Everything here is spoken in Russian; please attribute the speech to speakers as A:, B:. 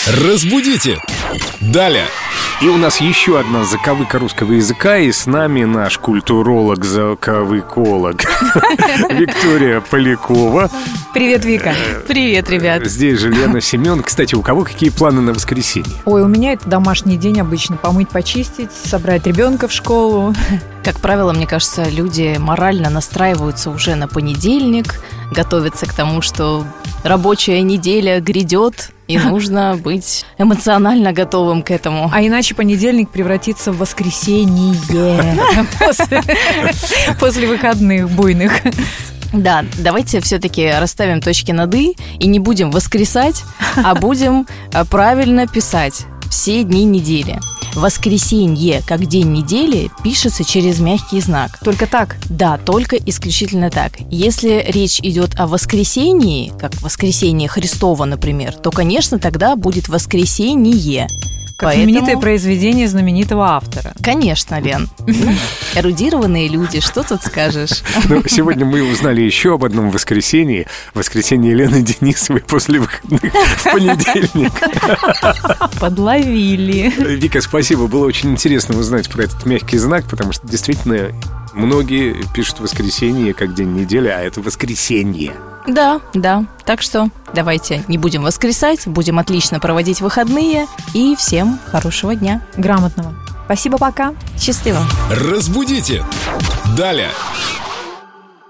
A: Разбудите! Далее!
B: И у нас еще одна заковыка русского языка. И с нами наш культуролог-заковыколог Виктория Полякова.
C: Привет, Вика.
D: Привет, ребят.
B: Здесь же Лена Семен. Кстати, у кого какие планы на воскресенье?
C: Ой, у меня это домашний день обычно. Помыть, почистить, собрать ребенка в школу.
D: Как правило, мне кажется, люди морально настраиваются уже на понедельник, готовятся к тому, что рабочая неделя грядет, и нужно быть эмоционально готовым к этому.
C: А иначе понедельник превратится в воскресенье после выходных буйных.
D: Да, давайте все-таки расставим точки над «и» и не будем воскресать, а будем правильно писать все дни недели. Воскресенье, как день недели, пишется через мягкий знак.
C: Только так?
D: Да, только исключительно так. Если речь идет о воскресении, как воскресение Христово, например, то, конечно, тогда будет воскресенье.
C: Как знаменитое произведение знаменитого автора.
D: Конечно, Лен. Эрудированные люди, что тут скажешь?
B: Сегодня мы узнали еще об одном воскресенье. Воскресенье Лены Денисовой после выходных в понедельник.
C: Подловили.
B: Вика, спасибо. Было очень интересно узнать про этот мягкий знак, потому что действительно многие пишут воскресенье как день недели, а это воскресенье.
D: Да. Так что давайте не будем воскресать, будем отлично проводить выходные. И всем хорошего дня.
C: Грамотного. Спасибо, пока.
D: Счастливо.
A: Разбудите! Далее!